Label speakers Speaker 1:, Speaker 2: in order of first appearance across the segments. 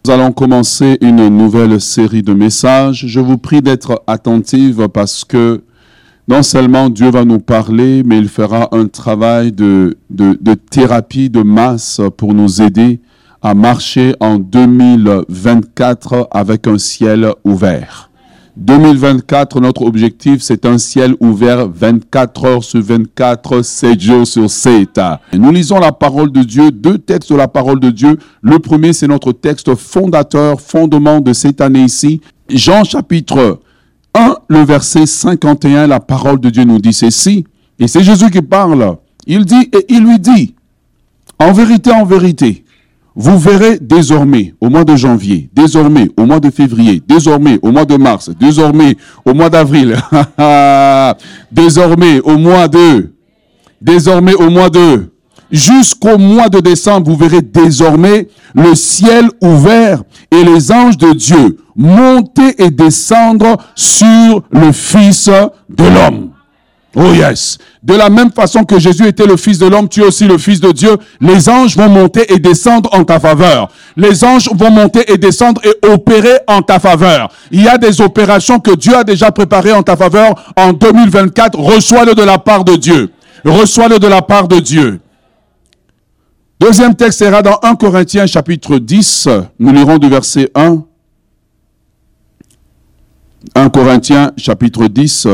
Speaker 1: Nous allons commencer une nouvelle série de messages. Je vous prie d'être attentifs parce que non seulement Dieu va nous parler, mais il fera un travail de thérapie de masse pour nous aider à marcher en 2024 avec un ciel ouvert. 2024, notre objectif, c'est un ciel ouvert 24 heures sur 24, 7 jours sur 7. Nous lisons la parole de Dieu, deux textes de la parole de Dieu. Le premier, c'est notre texte fondateur, fondement de cette année ici. Jean chapitre 1, le verset 51, la parole de Dieu nous dit ceci. Et c'est Jésus qui parle. Il dit, et il lui dit, en vérité, vous verrez désormais au mois de janvier, désormais au mois de février, désormais au mois de mars, désormais au mois d'avril, désormais au mois de, jusqu'au mois de décembre, vous verrez désormais le ciel ouvert et les anges de Dieu monter et descendre sur le Fils de l'homme. Oh yes! De la même façon que Jésus était le Fils de l'homme, tu es aussi le Fils de Dieu. Les anges vont monter et descendre en ta faveur. Les anges vont monter et descendre et opérer en ta faveur. Il y a des opérations que Dieu a déjà préparées en ta faveur en 2024. Reçois-le de la part de Dieu. Reçois-le de la part de Dieu. Deuxième texte sera dans 1 Corinthiens chapitre 10. Nous lirons du verset 1. 1 Corinthiens chapitre 10.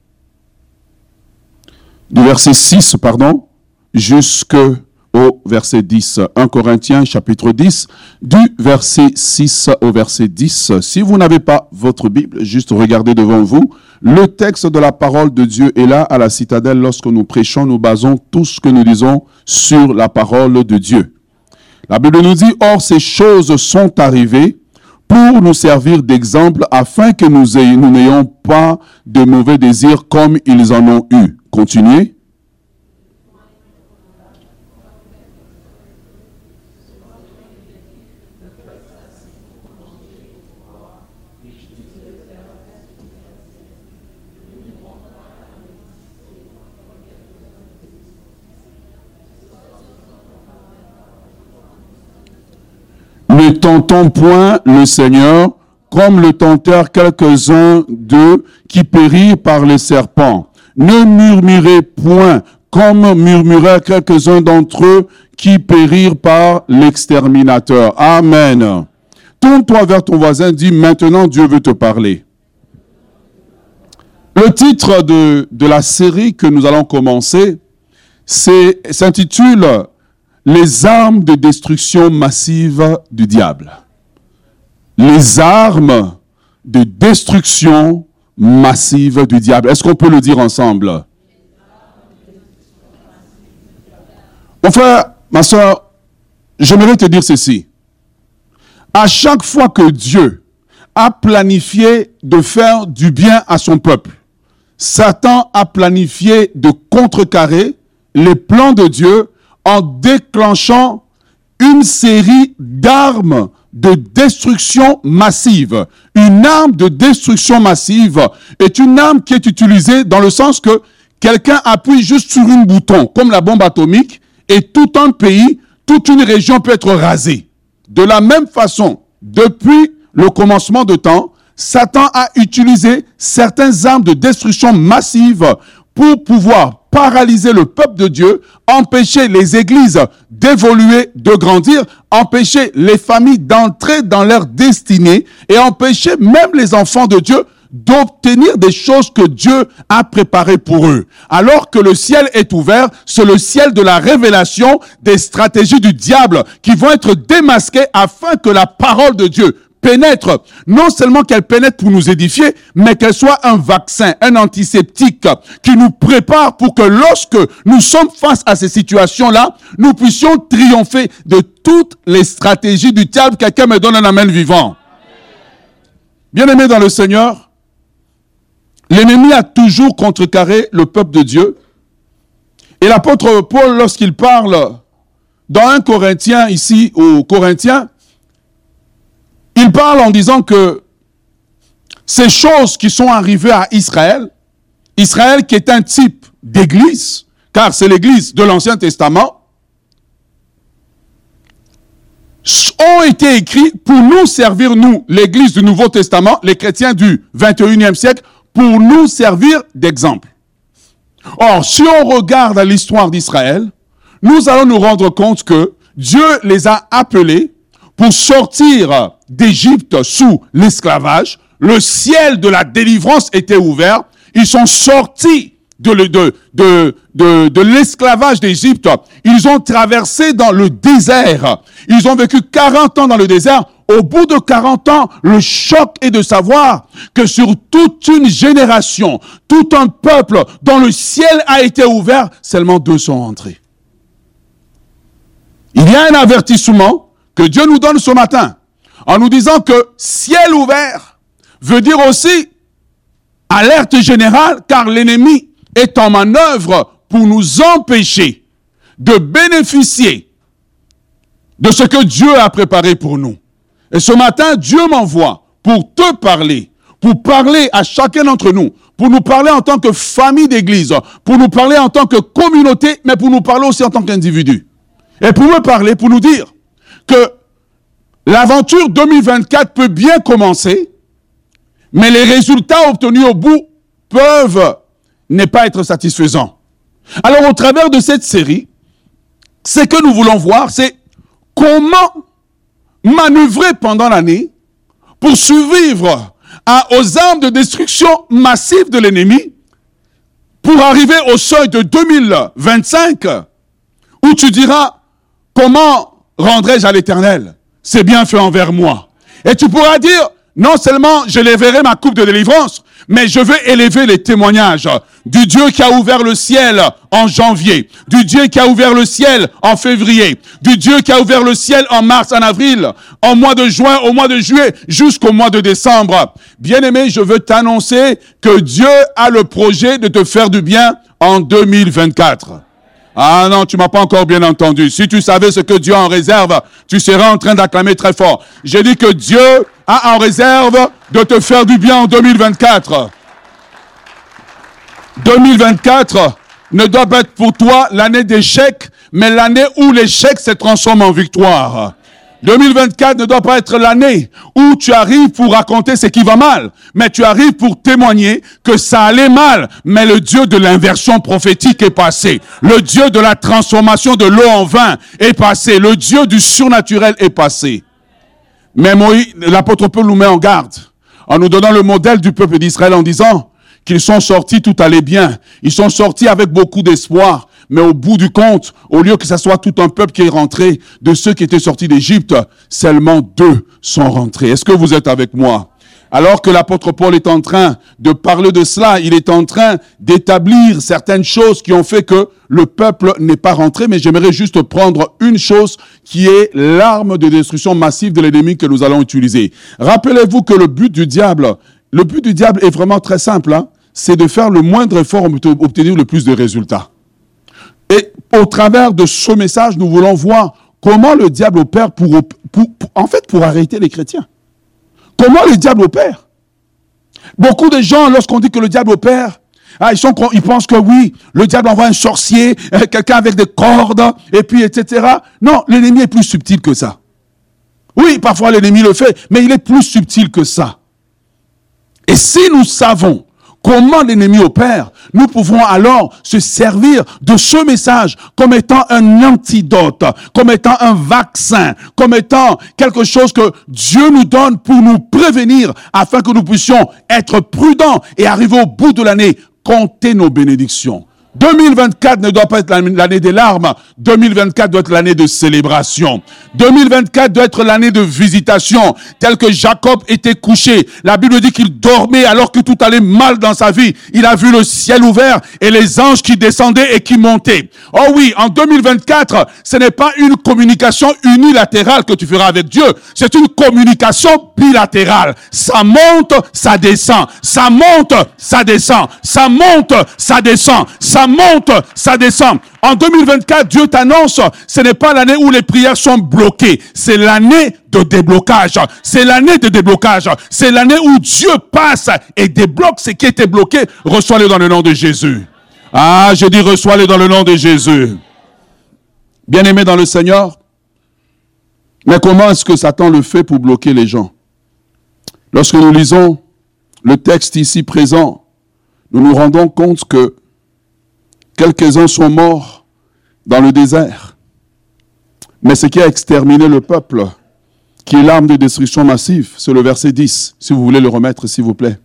Speaker 1: Du verset 6, jusqu'au verset 10. 1 Corinthiens, chapitre 10, du verset 6 au verset 10. Si vous n'avez pas votre Bible, juste regardez devant vous. Le texte de la parole de Dieu est là à la citadelle. Lorsque nous prêchons, nous basons tout ce que nous disons sur la parole de Dieu. La Bible nous dit, « Or, ces choses sont arrivées pour nous servir d'exemple afin que nous n'ayons pas de mauvais désirs comme ils en ont eu. » Continuez. Ne tentons point le Seigneur comme le tentèrent quelques-uns d'eux qui périrent par les serpents. Ne murmurez point comme murmurèrent quelques-uns d'entre eux qui périrent par l'exterminateur. Amen. Tourne-toi vers ton voisin, dis maintenant Dieu veut te parler. Le titre de la série que nous allons commencer s'intitule Les armes de destruction massive du diable. Les armes de destruction massive du diable. Est-ce qu'on peut le dire ensemble? Mon frère, ma soeur, j'aimerais te dire ceci. À chaque fois que Dieu a planifié de faire du bien à son peuple, Satan a planifié de contrecarrer les plans de Dieu en déclenchant une série d'armes de destruction massive. Une arme de destruction massive est une arme qui est utilisée dans le sens que quelqu'un appuie juste sur un bouton, comme la bombe atomique, et tout un pays, toute une région peut être rasée. De la même façon, depuis le commencement de temps, Satan a utilisé certaines armes de destruction massive pour pouvoir paralyser le peuple de Dieu, empêcher les églises d'évoluer, de grandir, empêcher les familles d'entrer dans leur destinée et empêcher même les enfants de Dieu d'obtenir des choses que Dieu a préparées pour eux. Alors que le ciel est ouvert, c'est le ciel de la révélation des stratégies du diable qui vont être démasquées afin que la parole de Dieu pénètre, non seulement qu'elle pénètre pour nous édifier, mais qu'elle soit un vaccin, un antiseptique qui nous prépare pour que lorsque nous sommes face à ces situations-là, nous puissions triompher de toutes les stratégies du diable. Quelqu'un me donne un amen vivant. Bien-aimés dans le Seigneur, l'ennemi a toujours contrecarré le peuple de Dieu. Et l'apôtre Paul, lorsqu'il parle dans 1 Corinthiens, ici aux Corinthiens, il parle en disant que ces choses qui sont arrivées à Israël, Israël qui est un type d'église, car c'est l'église de l'Ancien Testament, ont été écrits pour nous servir, nous, l'Église du Nouveau Testament, les chrétiens du 21e siècle, pour nous servir d'exemple. Or, si on regarde l'histoire d'Israël, nous allons nous rendre compte que Dieu les a appelés pour sortir d'Égypte sous l'esclavage. Le ciel de la délivrance était ouvert. Ils sont sortis de l'esclavage d'Égypte. Ils ont traversé dans le désert. Ils ont vécu 40 ans dans le désert. Au bout de 40 ans, le choc est de savoir que sur toute une génération, tout un peuple dont le ciel a été ouvert, seulement 2 sont entrés. Il y a un avertissement que Dieu nous donne ce matin en nous disant que ciel ouvert veut dire aussi alerte générale, car l'ennemi est en manœuvre pour nous empêcher de bénéficier de ce que Dieu a préparé pour nous. Et ce matin, Dieu m'envoie pour te parler, pour parler à chacun d'entre nous, pour nous parler en tant que famille d'église, pour nous parler en tant que communauté, mais pour nous parler aussi en tant qu'individu. Et pour me parler, pour nous dire que l'aventure 2024 peut bien commencer, mais les résultats obtenus au bout peuvent ne pas être satisfaisants. Alors, au travers de cette série, ce que nous voulons voir, c'est comment manœuvrer pendant l'année pour survivre aux armes de destruction massive de l'ennemi, pour arriver au seuil de 2025, où tu diras, comment rendrai-je à l'Éternel ses bienfaits envers moi? Et tu pourras dire, non seulement je lèverai ma coupe de délivrance, mais je veux élever les témoignages du Dieu qui a ouvert le ciel en janvier, du Dieu qui a ouvert le ciel en février, du Dieu qui a ouvert le ciel en mars, en avril, en mois de juin, au mois de juillet, jusqu'au mois de décembre. Bien-aimé, je veux t'annoncer que Dieu a le projet de te faire du bien en 2024. Ah non, tu m'as pas encore bien entendu. Si tu savais ce que Dieu a en réserve, tu serais en train d'acclamer très fort. J'ai dit que Dieu a en réserve de te faire du bien en 2024. 2024 ne doit pas être pour toi l'année d'échec, mais l'année où l'échec se transforme en victoire. 2024 ne doit pas être l'année où tu arrives pour raconter ce qui va mal, mais tu arrives pour témoigner que ça allait mal, mais le Dieu de l'inversion prophétique est passé. Le Dieu de la transformation de l'eau en vin est passé. Le Dieu du surnaturel est passé. Mais Moïse, l'apôtre Paul nous met en garde en nous donnant le modèle du peuple d'Israël en disant qu'ils sont sortis, tout allait bien. Ils sont sortis avec beaucoup d'espoir. Mais au bout du compte, au lieu que ce soit tout un peuple qui est rentré, de ceux qui étaient sortis d'Égypte, seulement 2 sont rentrés. Est-ce que vous êtes avec moi? Alors que l'apôtre Paul est en train de parler de cela, il est en train d'établir certaines choses qui ont fait que le peuple n'est pas rentré. Mais j'aimerais juste prendre une chose qui est l'arme de destruction massive de l'ennemi que nous allons utiliser. Rappelez-vous que le but du diable est vraiment très simple, hein? C'est de faire le moindre effort pour obtenir le plus de résultats. Et au travers de ce message, nous voulons voir comment le diable opère pour arrêter les chrétiens. Comment le diable opère? Beaucoup de gens, lorsqu'on dit que le diable opère, ils pensent que oui, le diable envoie un sorcier, quelqu'un avec des cordes, et puis etc. Non, l'ennemi est plus subtil que ça. Oui, parfois l'ennemi le fait, mais il est plus subtil que ça. Et si nous savons comment l'ennemi opère, nous pouvons alors se servir de ce message comme étant un antidote, comme étant un vaccin, comme étant quelque chose que Dieu nous donne pour nous prévenir afin que nous puissions être prudents et arriver au bout de l'année, compter nos bénédictions. 2024 ne doit pas être l'année des larmes. 2024 doit être l'année de célébration. 2024 doit être l'année de visitation. Tel que Jacob était couché. La Bible dit qu'il dormait alors que tout allait mal dans sa vie. Il a vu le ciel ouvert et les anges qui descendaient et qui montaient. Oh oui, en 2024, ce n'est pas une communication unilatérale que tu feras avec Dieu. C'est une communication bilatérale. Ça monte, ça descend. Ça monte, ça descend. Ça monte, ça descend. Ça monte, ça descend. En 2024, Dieu t'annonce, ce n'est pas l'année où les prières sont bloquées. C'est l'année de déblocage. C'est l'année de déblocage. C'est l'année où Dieu passe et débloque ce qui était bloqué. Reçois-le dans le nom de Jésus. Ah, je dis reçois-le dans le nom de Jésus. Bien-aimés dans le Seigneur, Mais comment est-ce que Satan le fait pour bloquer les gens? Lorsque nous lisons le texte ici présent, nous nous rendons compte que quelques-uns sont morts dans le désert. Mais ce qui a exterminé le peuple, qui est l'arme de destruction massive, c'est le verset 10, si vous voulez le remettre, s'il vous plaît.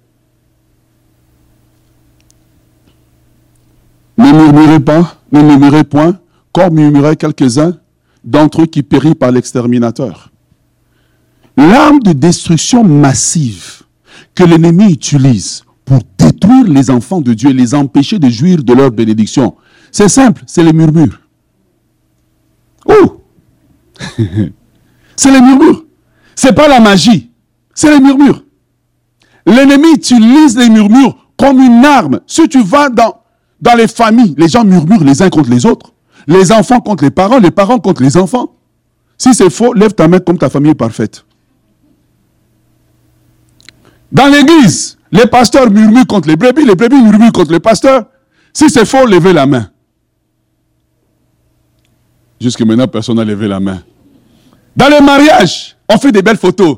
Speaker 1: Ne murmurez pas, ne murmurez point, comme murmuraient quelques-uns d'entre eux qui périssent par l'exterminateur. L'arme de destruction massive que l'ennemi utilise pour détruire les enfants de Dieu et les empêcher de jouir de leur bénédiction, c'est simple, c'est les murmures. Oh! C'est les murmures. C'est pas la magie, c'est les murmures. L'ennemi utilise les murmures comme une arme. Si tu vas dans les familles, les gens murmurent les uns contre les autres. Les enfants contre les parents contre les enfants. Si c'est faux, lève ta main comme ta famille est parfaite. Dans l'église, les pasteurs murmurent contre les brebis murmurent contre les pasteurs. Si c'est faux, levez la main. Jusque maintenant, personne n'a levé la main. Dans les mariages, on fait des belles photos.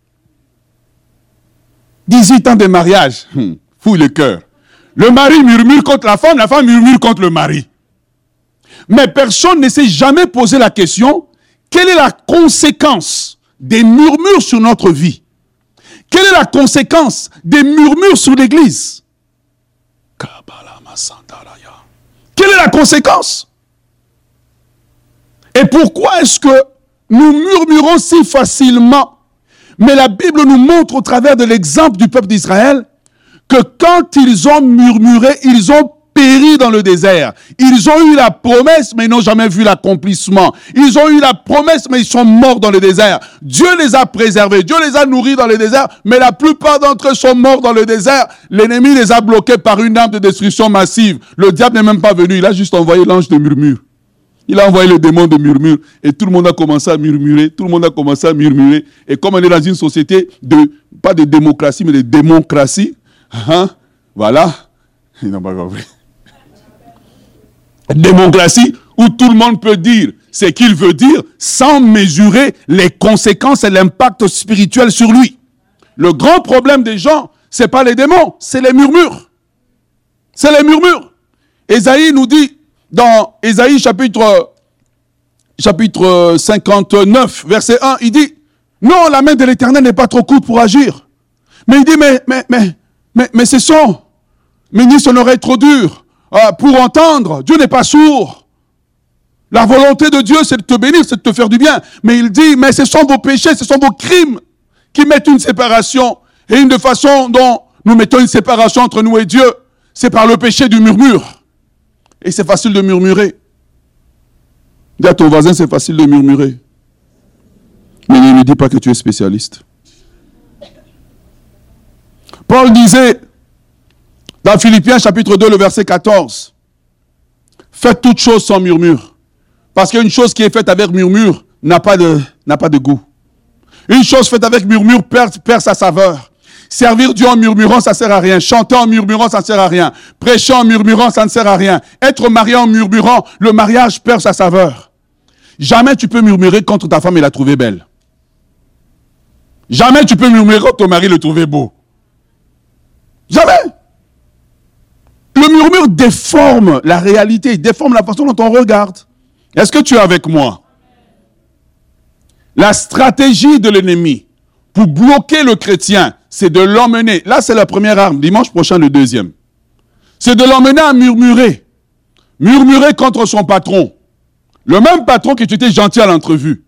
Speaker 1: 18 ans de mariage, fouille le cœur. Le mari murmure contre la femme murmure contre le mari. Mais personne ne s'est jamais posé la question, quelle est la conséquence des murmures sur notre vie? Quelle est la conséquence des murmures sur l'église? Quelle est la conséquence? Et pourquoi est-ce que nous murmurons si facilement? Mais la Bible nous montre au travers de l'exemple du peuple d'Israël que quand ils ont murmuré, ils ont péri dans le désert. Ils ont eu la promesse, mais ils n'ont jamais vu l'accomplissement. Ils ont eu la promesse, mais ils sont morts dans le désert. Dieu les a préservés, Dieu les a nourris dans le désert, mais la plupart d'entre eux sont morts dans le désert. L'ennemi les a bloqués par une arme de destruction massive. Le diable n'est même pas venu, il a juste envoyé l'ange de murmure. Il a envoyé le démon de murmure et tout le monde a commencé à murmurer, Et comme on est dans une société pas de démocratie, mais de démocratie, voilà, ils n'ont pas compris. Démocratie où tout le monde peut dire ce qu'il veut dire sans mesurer les conséquences et l'impact spirituel sur lui. Le grand problème des gens, ce n'est pas les démons, c'est les murmures. C'est les murmures. Ésaïe nous dit, dans Ésaïe chapitre 59, verset 1, il dit, non, la main de l'Éternel n'est pas trop courte pour agir. Mais il dit, mais c'est son ministre son oreille trop dure pour entendre. Dieu n'est pas sourd. La volonté de Dieu, c'est de te bénir, c'est de te faire du bien. Mais il dit, mais ce sont vos péchés, ce sont vos crimes qui mettent une séparation. Et une des façons dont nous mettons une séparation entre nous et Dieu, c'est par le péché du murmure. Et c'est facile de murmurer. Dis à ton voisin, c'est facile de murmurer. Mais ne lui dis pas que tu es spécialiste. Paul disait, dans Philippiens chapitre 2, le verset 14, faites toutes choses sans murmure. Parce qu'une chose qui est faite avec murmure n'a pas de goût. Une chose faite avec murmure perd sa saveur. Servir Dieu en murmurant, ça ne sert à rien. Chanter en murmurant, ça ne sert à rien. Prêcher en murmurant, ça ne sert à rien. Être marié en murmurant, le mariage perd sa saveur. Jamais tu peux murmurer contre ta femme et la trouver belle. Jamais tu peux murmurer contre ton mari et le trouver beau. Jamais. Le murmure déforme la réalité, déforme la façon dont on regarde. Est-ce que tu es avec moi? La stratégie de l'ennemi pour bloquer le chrétien, c'est de l'emmener. Là, c'est la première arme. Dimanche prochain, le deuxième. C'est de l'emmener à murmurer. Murmurer contre son patron. Le même patron qui était gentil à l'entrevue.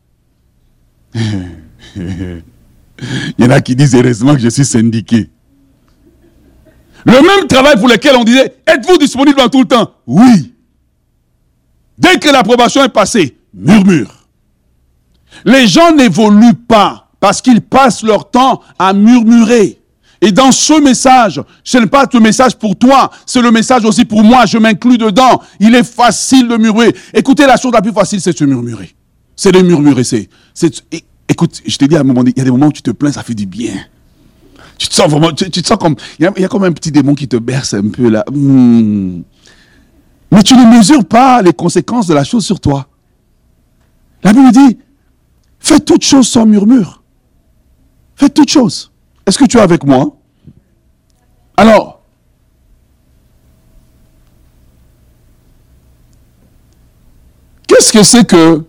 Speaker 1: Il y en a qui disent heureusement que je suis syndiqué. Le même travail pour lequel on disait, êtes-vous disponible en tout le temps? Oui. Dès que l'approbation est passée, murmure. Les gens n'évoluent pas parce qu'ils passent leur temps à murmurer. Et dans ce message, ce n'est pas le message pour toi, c'est le message aussi pour moi, je m'inclus dedans. Il est facile de murmurer. Écoutez, la chose la plus facile, c'est de se murmurer. C'est de murmurer. Écoute, je te dis à un moment donné, il y a des moments où tu te plains, ça fait du bien. Tu te sens vraiment, tu te sens comme, il y a comme un petit démon qui te berce un peu là. Mais tu ne mesures pas les conséquences de la chose sur toi. La Bible dit, Faites toutes choses sans murmure. Faites toutes choses. Est-ce que tu es avec moi? Alors, qu'est-ce que c'est que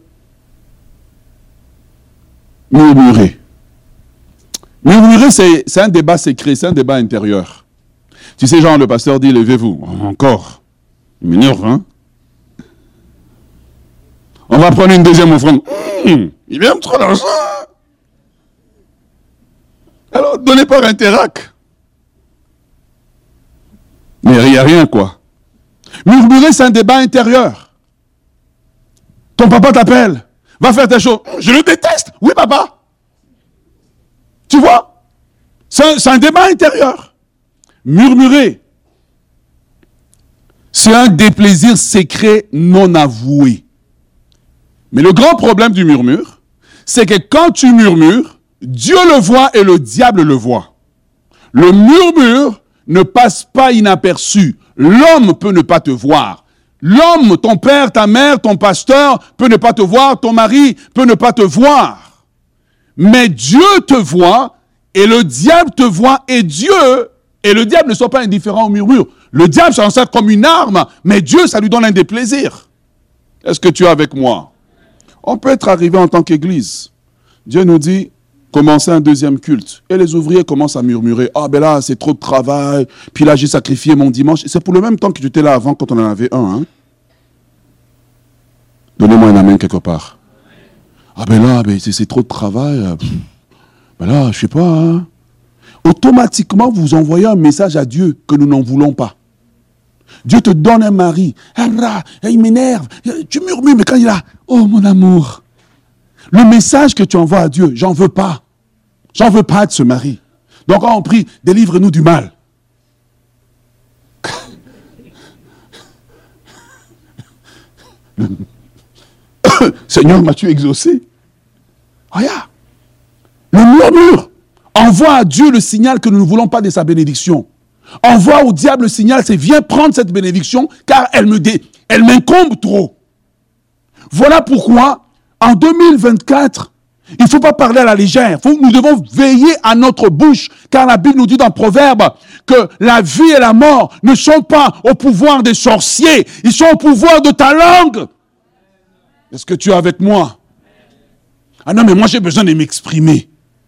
Speaker 1: murmurer? Murmurer, c'est un débat secret, c'est un débat intérieur. Tu sais, genre, le pasteur dit, levez-vous. Encore. Il m'énerve, hein? On va prendre une deuxième offrande. Il vient me trop d'argent. Alors, donnez par Interac. Mais il n'y a rien, quoi. Murmurer, c'est un débat intérieur. Ton papa t'appelle. Va faire tes choses. Je le déteste. Oui, papa. Tu vois? C'est un débat intérieur. Murmurer, c'est un déplaisir secret non avoué. Mais le grand problème du murmure, c'est que quand tu murmures, Dieu le voit et le diable le voit. Le murmure ne passe pas inaperçu. L'homme peut ne pas te voir. L'homme, ton père, ta mère, ton pasteur peut ne pas te voir, ton mari peut ne pas te voir. Mais Dieu te voit et le diable te voit et Dieu et le diable ne sont pas indifférents au murmure. Le diable s'en sert comme une arme, mais Dieu, ça lui donne un déplaisir. Est-ce que tu es avec moi? On peut être arrivé en tant qu'église. Dieu nous dit, commencez un deuxième culte. Et les ouvriers commencent à murmurer, ah ben là, c'est trop de travail. Puis là, j'ai sacrifié mon dimanche. C'est pour le même temps que tu étais là avant quand on en avait un. Hein? Donnez-moi un amen quelque part. Ah ben là, ben, c'est trop de travail. Ben là, je sais pas. Hein? Automatiquement, vous envoyez un message à Dieu que nous n'en voulons pas. Dieu te donne un mari. Il m'énerve. Tu murmures, mais quand il a, oh mon amour. Le message que tu envoies à Dieu, j'en veux pas. J'en veux pas de ce mari. Donc on prie, délivre-nous du mal. Seigneur, m'as-tu exaucé? Regarde. Le murmure envoie à Dieu le signal que nous ne voulons pas de sa bénédiction. Envoie au diable le signal, c'est viens prendre cette bénédiction car elle m'incombe trop. Voilà pourquoi, en 2024, il ne faut pas parler à la légère. Nous devons veiller à notre bouche car la Bible nous dit dans Proverbe que la vie et la mort ne sont pas au pouvoir des sorciers, ils sont au pouvoir de ta langue. Est-ce que tu es avec moi? Ah non, mais moi j'ai besoin de m'exprimer.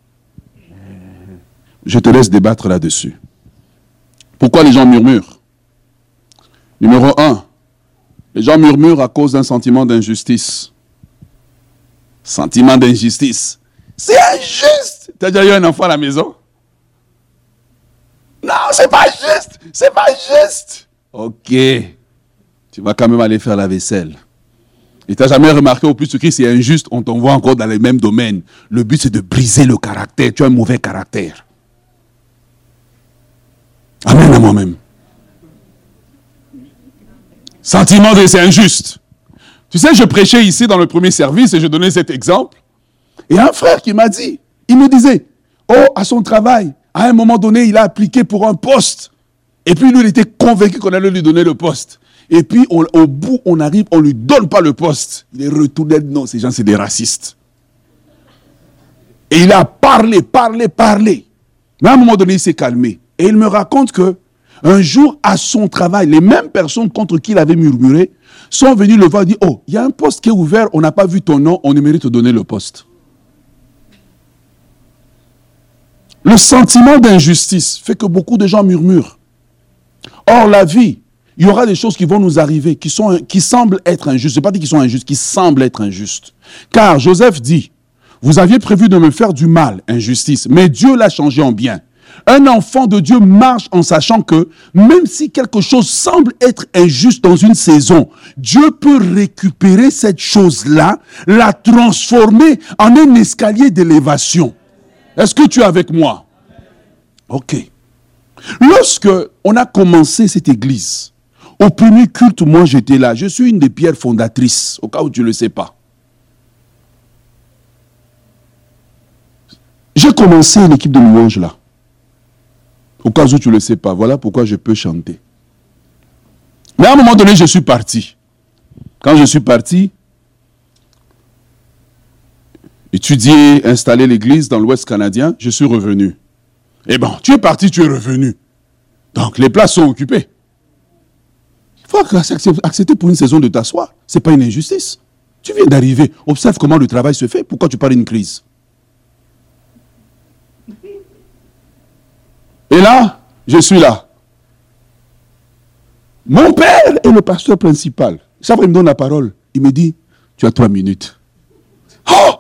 Speaker 1: Je te laisse débattre là-dessus. Pourquoi les gens murmurent? Numéro 1, les gens murmurent à cause d'un sentiment d'injustice. Sentiment d'injustice. C'est injuste! Tu as déjà eu un enfant à la maison? Non, c'est pas juste! C'est pas juste! Ok. Tu vas quand même aller faire la vaisselle. Et tu n'as jamais remarqué au plus tu cries c'est injuste, on t'envoie encore dans les mêmes domaines. Le but c'est de briser le caractère. Tu as un mauvais caractère. Amen à moi-même. Sentiment de c'est injuste. Tu sais, je prêchais ici dans le premier service et je donnais cet exemple. Et un frère qui m'a dit, il me disait, oh, à son travail, à un moment donné, il a appliqué pour un poste. Et puis lui, il était convaincu qu'on allait lui donner le poste. Et puis, au bout, on arrive, on ne lui donne pas le poste. Il est retourné, non, ces gens, c'est des racistes. Et il a parlé. Mais à un moment donné, il s'est calmé. Et il me raconte que un jour, à son travail, les mêmes personnes contre qui il avait murmuré sont venues le voir et dire, oh, il y a un poste qui est ouvert, on n'a pas vu ton nom, on aimerait te donner le poste. Le sentiment d'injustice fait que beaucoup de gens murmurent. Or, la vie, il y aura des choses qui vont nous arriver, qui semblent être injustes. Je ne sais pas dire qu'ils sont injustes, qui semblent être injustes. Car Joseph dit, vous aviez prévu de me faire du mal, injustice, mais Dieu l'a changé en bien. Un enfant de Dieu marche en sachant que même si quelque chose semble être injuste dans une saison, Dieu peut récupérer cette chose-là, la transformer en un escalier d'élévation. Est-ce que tu es avec moi? Ok. Lorsque on a commencé cette église, au premier culte, moi j'étais là. Je suis une des pierres fondatrices, au cas où tu ne le sais pas. J'ai commencé l'équipe de louange là. Au cas où tu ne le sais pas, voilà pourquoi je peux chanter. Mais à un moment donné, je suis parti. Quand je suis parti, étudier, installer l'église dans l'Ouest canadien, je suis revenu. Eh bien, tu es parti, tu es revenu. Donc, les places sont occupées. Il faut accepter pour une saison de t'asseoir. Ce n'est pas une injustice. Tu viens d'arriver. Observe comment le travail se fait. Pourquoi tu parles d'une crise? Et là, je suis là. Mon père est le pasteur principal. Chaque fois, il me donne la parole. Il me dit, tu as 3 minutes. Oh!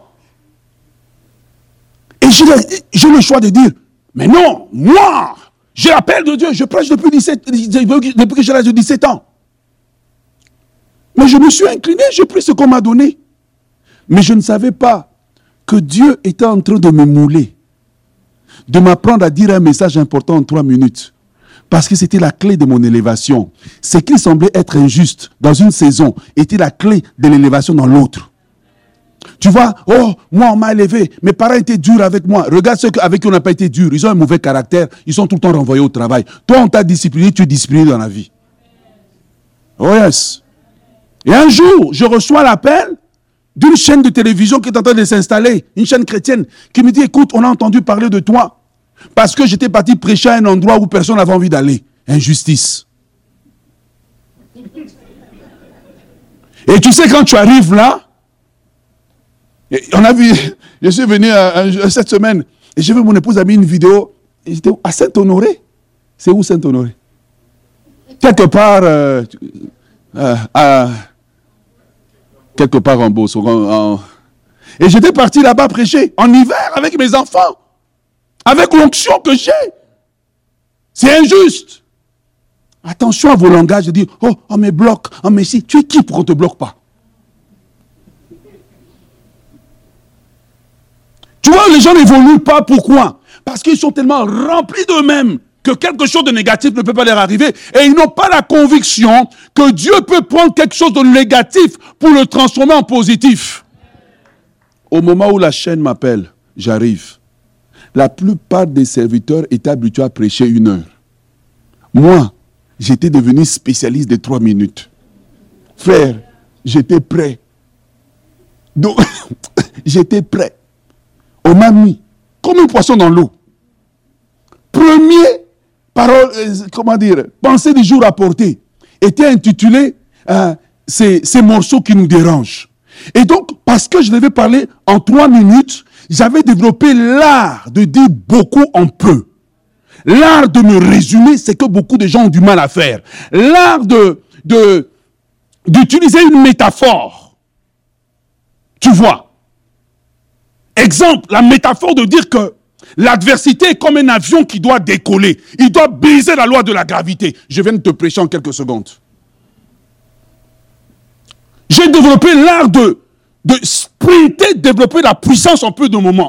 Speaker 1: Et j'ai le choix de dire, mais non, moi, j'ai l'appel de Dieu, je prêche depuis que j'ai l'âge de 17 ans. Mais je me suis incliné, j'ai pris ce qu'on m'a donné. Mais je ne savais pas que Dieu était en train de me mouler, de m'apprendre à dire un message important en 3 minutes. Parce que c'était la clé de mon élévation. Ce qui semblait être injuste dans une saison était la clé de l'élévation dans l'autre. Tu vois, oh, moi on m'a élevé, mes parents étaient durs avec moi. Regarde ceux avec qui on n'a pas été durs, ils ont un mauvais caractère, ils sont tout le temps renvoyés au travail. Toi on t'a discipliné, tu es discipliné dans la vie. Oh yes. Et un jour, je reçois l'appel d'une chaîne de télévision qui est en train de s'installer, une chaîne chrétienne, qui me dit, écoute, on a entendu parler de toi, parce que j'étais parti prêcher à un endroit où personne n'avait envie d'aller. Injustice. Et tu sais, quand tu arrives là, on a vu, je suis venu cette semaine, et j'ai vu mon épouse a mis une vidéo, et j'étais à Saint-Honoré. C'est où Saint-Honoré? Quelque part, quelque part en Beauce. Et j'étais parti là-bas prêcher, en hiver, avec mes enfants, avec l'onction que j'ai. C'est injuste. Attention à vos langages, de dire, oh, on me bloque, on me si. Tu es qui pour qu'on ne te bloque pas? Tu vois, les gens n'évoluent pas. Pourquoi? Parce qu'ils sont tellement remplis d'eux-mêmes que quelque chose de négatif ne peut pas leur arriver. Et ils n'ont pas la conviction que Dieu peut prendre quelque chose de négatif pour le transformer en positif. Au moment où la chaîne m'appelle, j'arrive. La plupart des serviteurs étaient habitués à prêcher 1 heure. Moi, j'étais devenu spécialiste des 3 minutes. Frère, j'étais prêt. Donc, j'étais prêt. On m'a mis comme un poisson dans l'eau. Premier parole, pensée du jour apportée était intitulé ces morceaux qui nous dérangent. Et donc, parce que je devais parler en 3 minutes, j'avais développé l'art de dire beaucoup en peu. L'art de me résumer, c'est que beaucoup de gens ont du mal à faire. L'art d'utiliser une métaphore. Tu vois. Exemple, la métaphore de dire que l'adversité est comme un avion qui doit décoller. Il doit briser la loi de la gravité. Je viens de te prêcher en quelques secondes. J'ai développé l'art de sprinter, développer la puissance en peu de moments,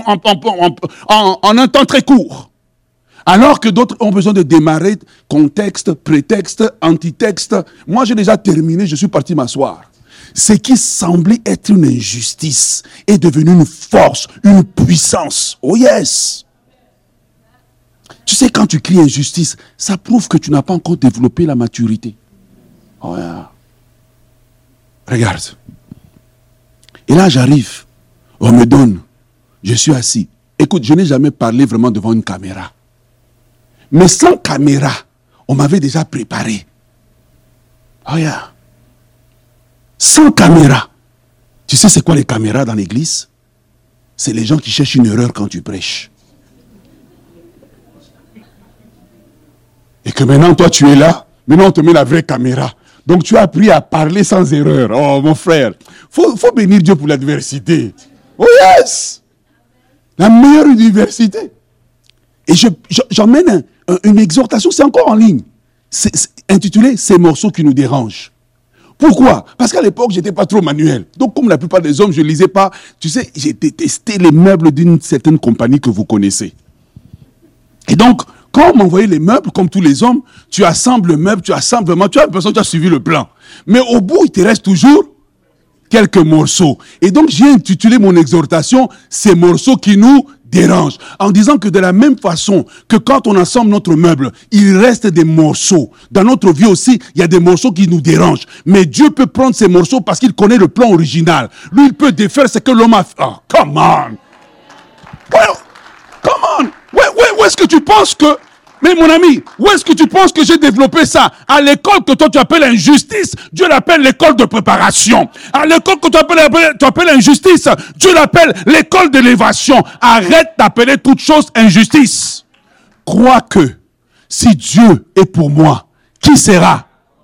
Speaker 1: en un temps très court. Alors que d'autres ont besoin de démarrer contexte, prétexte, antitexte. Moi, j'ai déjà terminé, je suis parti m'asseoir. Ce qui semblait être une injustice est devenu une force, une puissance. Oh yes! Tu sais, quand tu cries injustice, ça prouve que tu n'as pas encore développé la maturité. Oh yeah. Regarde. Et là, j'arrive. On me donne. Je suis assis. Écoute, je n'ai jamais parlé vraiment devant une caméra. Mais sans caméra, on m'avait déjà préparé. Oh yeah. Sans caméra. Tu sais c'est quoi les caméras dans l'église? C'est les gens qui cherchent une erreur quand tu prêches. Et que maintenant toi tu es là, maintenant on te met la vraie caméra. Donc tu as appris à parler sans erreur. Oh mon frère, faut bénir Dieu pour l'adversité. Oh yes! La meilleure université. Et j'emmène une exhortation, c'est encore en ligne. C'est intitulé « Ces morceaux qui nous dérangent ». Pourquoi? Parce qu'à l'époque, je n'étais pas trop manuel. Donc, comme la plupart des hommes, je ne lisais pas. Tu sais, j'ai détesté les meubles d'une certaine compagnie que vous connaissez. Et donc, quand on m'envoyait les meubles, comme tous les hommes, tu assembles le meuble, tu assembles vraiment, tu as l'impression que tu as suivi le plan. Mais au bout, il te reste toujours quelques morceaux. Et donc, j'ai intitulé mon exhortation « Ces morceaux qui nous dérange. En disant que de la même façon que quand on assemble notre meuble, il reste des morceaux. Dans notre vie aussi, il y a des morceaux qui nous dérangent. Mais Dieu peut prendre ces morceaux parce qu'il connaît le plan original. Lui, il peut défaire ce que l'homme a fait. Oh, come on! Well, come on! Où est-ce que tu penses que... Mais mon ami, où est-ce que tu penses que j'ai développé ça? À l'école que toi tu appelles injustice, Dieu l'appelle l'école de préparation. À l'école que tu appelles injustice, Dieu l'appelle l'école d'élévation. Arrête d'appeler toute chose injustice. Crois que si Dieu est pour moi, qui sera?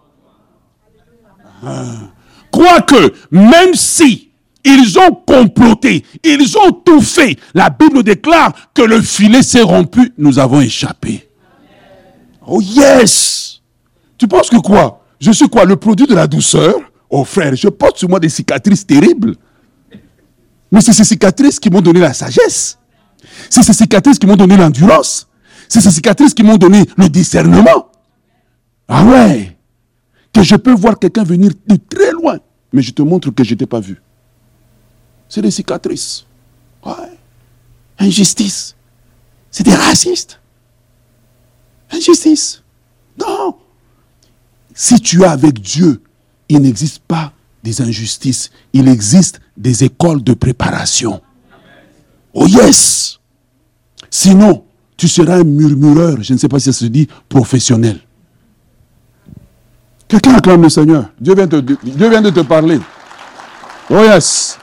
Speaker 1: Crois que même si ils ont comploté, ils ont tout fait, la Bible déclare que le filet s'est rompu, nous avons échappé. Oh yes! Tu penses que quoi? Je suis quoi? Le produit de la douceur? Oh frère, je porte sur moi des cicatrices terribles. Mais c'est ces cicatrices qui m'ont donné la sagesse. C'est ces cicatrices qui m'ont donné l'endurance. C'est ces cicatrices qui m'ont donné le discernement. Ah ouais! Que je peux voir quelqu'un venir de très loin, mais je te montre que je ne t'ai pas vu. C'est des cicatrices. Ouais. Injustice. C'est des racistes. Injustice. Non. Si tu es avec Dieu, il n'existe pas des injustices. Il existe des écoles de préparation. Oh yes. Sinon, tu seras un murmureur, je ne sais pas si ça se dit, professionnel. Quelqu'un acclame le Seigneur. Dieu vient de te parler. Oh yes.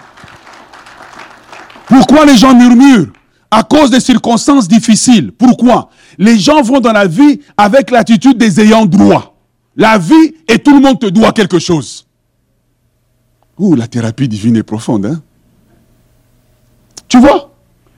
Speaker 1: Pourquoi les gens murmurent? À cause des circonstances difficiles. Pourquoi? Les gens vont dans la vie avec l'attitude des ayants droit. La vie et tout le monde te doit quelque chose. Ouh, la thérapie divine est profonde, hein? Tu vois?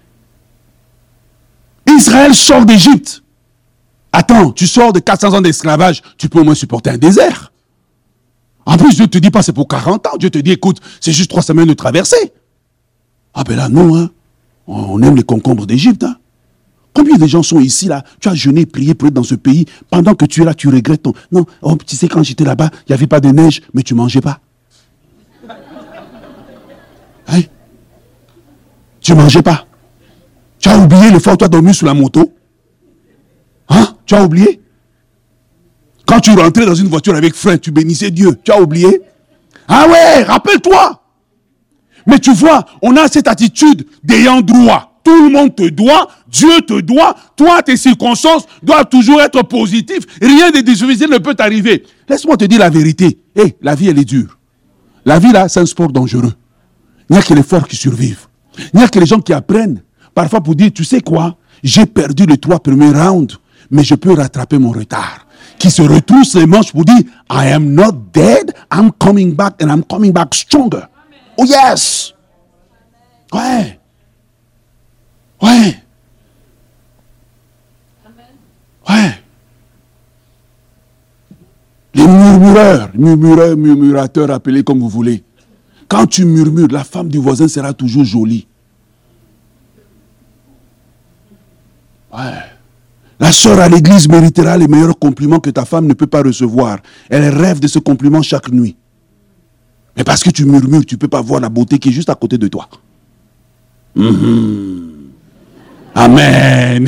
Speaker 1: Israël sort d'Égypte. Attends, tu sors de 400 ans d'esclavage, tu peux au moins supporter un désert. En plus, Dieu ne te dit pas c'est pour 40 ans. Dieu te dit, écoute, c'est juste 3 semaines de traversée. Ah ben là, non, hein. On aime les concombres d'Égypte, hein. Combien de gens sont ici, là? Tu as jeûné, prié pour être dans ce pays. Pendant que tu es là, tu regrettes ton... Non, oh, tu sais, quand j'étais là-bas, il n'y avait pas de neige, mais tu ne mangeais pas. Hein? Tu ne mangeais pas. Tu as oublié le fois où tu as dormi sur la moto? Hein? Tu as oublié? Quand tu rentrais dans une voiture avec frein, tu bénissais Dieu. Tu as oublié? Ah ouais, rappelle-toi. Mais tu vois, on a cette attitude d'ayant droit. Tout le monde te doit, Dieu te doit, toi, tes circonstances doivent toujours être positives. Rien de difficile ne peut t'arriver. Laisse-moi te dire la vérité. Hey, la vie, elle est dure. La vie, là, c'est un sport dangereux. Il n'y a que les forts qui survivent. Il n'y a que les gens qui apprennent. Parfois pour dire, tu sais quoi, j'ai perdu les 3 premiers rounds, mais je peux rattraper mon retard. Qui se retrousse les manches pour dire, I am not dead, I'm coming back and I'm coming back stronger. Oh yes! Ouais. Ouais. Ouais. Les murmurateurs, appelés comme vous voulez. Quand tu murmures, la femme du voisin sera toujours jolie. Ouais. La sœur à l'église méritera les meilleurs compliments que ta femme ne peut pas recevoir. Elle rêve de ce compliment chaque nuit. Mais parce que tu murmures, tu ne peux pas voir la beauté qui est juste à côté de toi. Amen.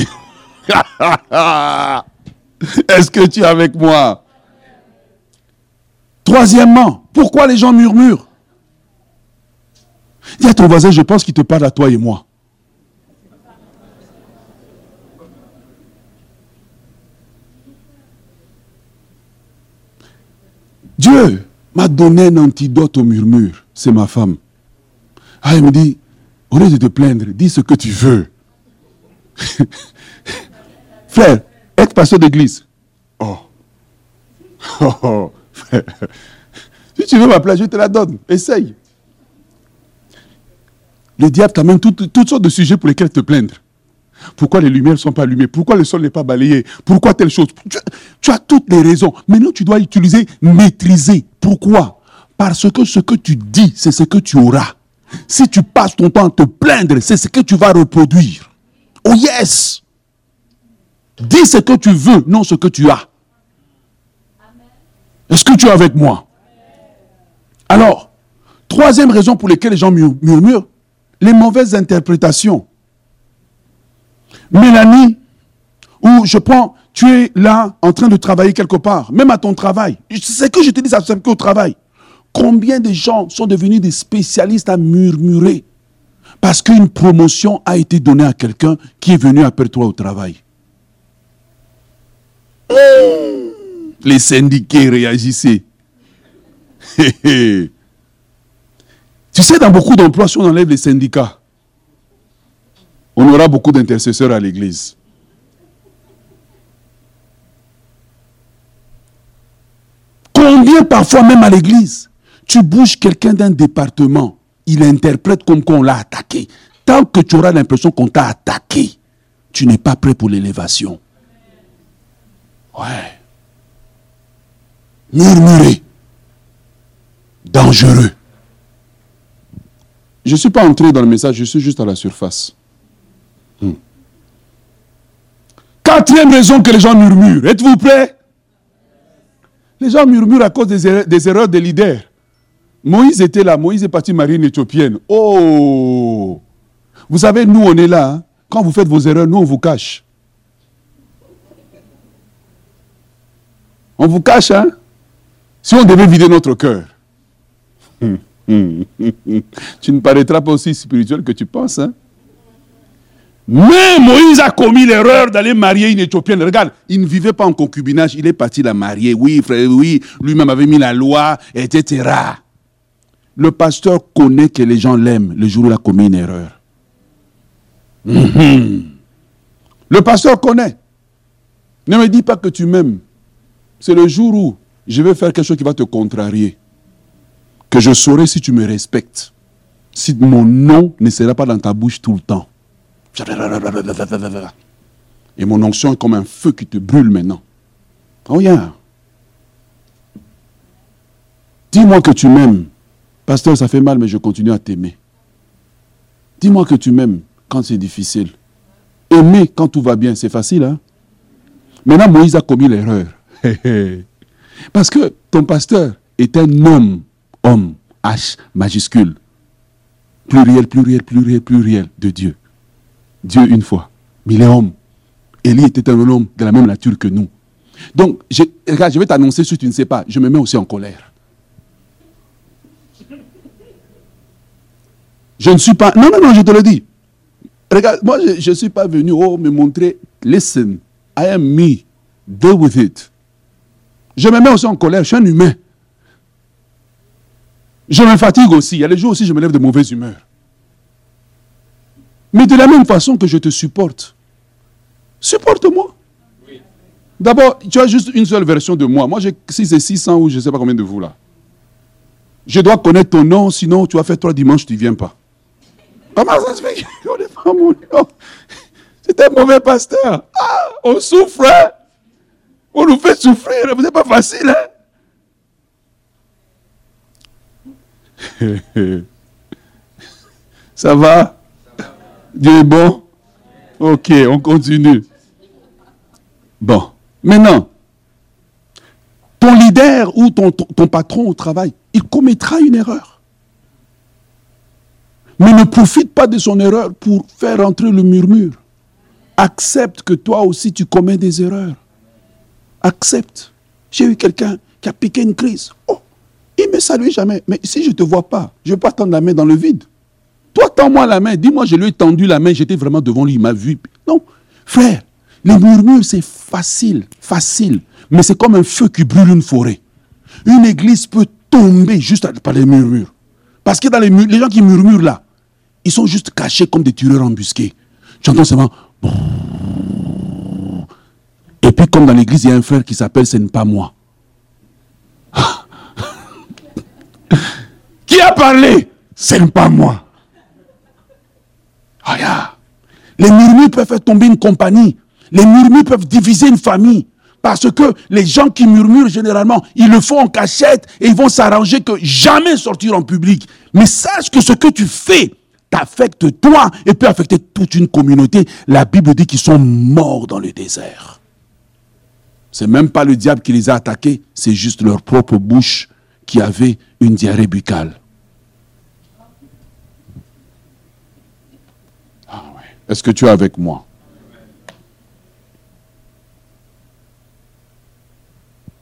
Speaker 1: Est-ce que tu es avec moi? Troisièmement, pourquoi les gens murmurent? Dis à ton voisin, je pense qu'il te parle à toi et moi. Dieu m'a donné un antidote au murmure. C'est ma femme. Ah, elle me dit, au lieu de te plaindre, dis ce que tu veux. Frère, être pasteur d'église. Oh. Frère. Si tu veux ma place, je te la donne. Essaye. Le diable t'a même toutes sortes de sujets pour lesquels te plaindre. Pourquoi les lumières ne sont pas allumées? Pourquoi le sol n'est pas balayé? Pourquoi telle chose? Tu as toutes les raisons. Maintenant, tu dois utiliser maîtriser. Pourquoi? Parce que ce que tu dis, c'est ce que tu auras. Si tu passes ton temps à te plaindre, c'est ce que tu vas reproduire. Oh yes! Dis ce que tu veux, non ce que tu as. Est-ce que tu es avec moi? Alors, troisième raison pour laquelle les gens murmurent, les mauvaises interprétations. Mélanie, ou je prends, tu es là en train de travailler quelque part, même à ton travail. C'est que je te dis, ça c'est qu'au travail. Combien de gens sont devenus des spécialistes à murmurer parce qu'une promotion a été donnée à quelqu'un qui est venu après toi au travail? Les syndiqués réagissaient. Tu sais, dans beaucoup d'emplois, si on enlève les syndicats, on aura beaucoup d'intercesseurs à l'église. Combien parfois même à l'église, tu bouges quelqu'un d'un département, il interprète comme qu'on l'a attaqué. Tant que tu auras l'impression qu'on t'a attaqué, tu n'es pas prêt pour l'élévation. Ouais. Murmurer. Dangereux. Je ne suis pas entré dans le message, je suis juste à la surface. Quatrième raison que les gens murmurent. Êtes-vous prêts? Les gens murmurent à cause des erreurs des leaders. Moïse était là, Moïse est parti marier une Éthiopienne. Oh! Vous savez, nous on est là. Hein? Quand vous faites vos erreurs, nous on vous cache. On vous cache, hein? Si on devait vider notre cœur. Tu ne paraîtras pas aussi spirituel que tu penses, hein? Mais Moïse a commis l'erreur d'aller marier une Éthiopienne. Regarde, il ne vivait pas en concubinage, il est parti la marier. Oui, frère, oui, lui-même avait mis la loi, etc. Le pasteur connaît que les gens l'aiment le jour où il a commis une erreur. Le pasteur connaît. Ne me dis pas que tu m'aimes. C'est le jour où je vais faire quelque chose qui va te contrarier. Que je saurai si tu me respectes. Si mon nom ne sera pas dans ta bouche tout le temps. Et mon onction est comme un feu qui te brûle maintenant. Oh yeah. Dis-moi que tu m'aimes. Pasteur, ça fait mal, mais je continue à t'aimer. Dis-moi que tu m'aimes quand c'est difficile. Aimer quand tout va bien, c'est facile, hein? Maintenant, Moïse a commis l'erreur. Parce que ton pasteur est un homme, H majuscule, pluriel, pluriel, pluriel, pluriel de Dieu. Dieu une fois, mais il est homme. Élie était un homme de la même nature que nous. Donc, regarde, je vais t'annoncer si tu ne sais pas, je me mets aussi en colère. Je ne suis pas... Non, je te le dis. Regarde, moi, je ne suis pas venu me montrer. Listen, I am me. Deal with it. Je me mets aussi en colère, je suis un humain. Je me fatigue aussi. Il y a les jours aussi, je me lève de mauvaise humeur. Mais de la même façon que je te supporte, supporte-moi. Oui. D'abord, tu as juste une seule version de moi. Moi, j'ai 600 ou je ne sais pas combien de vous là. Je dois connaître ton nom, sinon tu vas faire 3 dimanches, tu ne viens pas. Comment ça se fait qu'on n'est pas mon nom? C'est un mauvais pasteur. Ah, on souffre. Hein? On nous fait souffrir. Vous n'êtes pas facile. Hein? Ça va? Dieu est bon? Ok, on continue. Bon, maintenant, ton leader ou ton patron au travail, il commettra une erreur. Mais ne profite pas de son erreur pour faire entrer le murmure. Accepte que toi aussi tu commets des erreurs. Accepte. J'ai eu quelqu'un qui a piqué une crise. Oh, il ne me salue jamais. Mais si je ne te vois pas, je ne vais pas tendre la main dans le vide. Toi, tends-moi la main. Dis-moi, je lui ai tendu la main, j'étais vraiment devant lui, il m'a vu. Non, frère, les murmures, c'est facile. Mais c'est comme un feu qui brûle une forêt. Une église peut tomber juste par les murmures. Parce que dans les gens qui murmurent là, ils sont juste cachés comme des tueurs embusqués. J'entends seulement... Et puis comme dans l'église, il y a un frère qui s'appelle « Ce n'est pas moi ». Qui a parlé? Ce n'est pas moi. Regarde. Les murmures peuvent faire tomber une compagnie. Les murmures peuvent diviser une famille. Parce que les gens qui murmurent généralement, ils le font en cachette et ils vont s'arranger que jamais sortir en public. Mais sache que ce que tu fais t'affecte toi et peut affecter toute une communauté. La Bible dit qu'ils sont morts dans le désert. C'est même pas le diable qui les a attaqués, c'est juste leur propre bouche qui avait une diarrhée buccale. Ah ouais. Est-ce que tu es avec moi?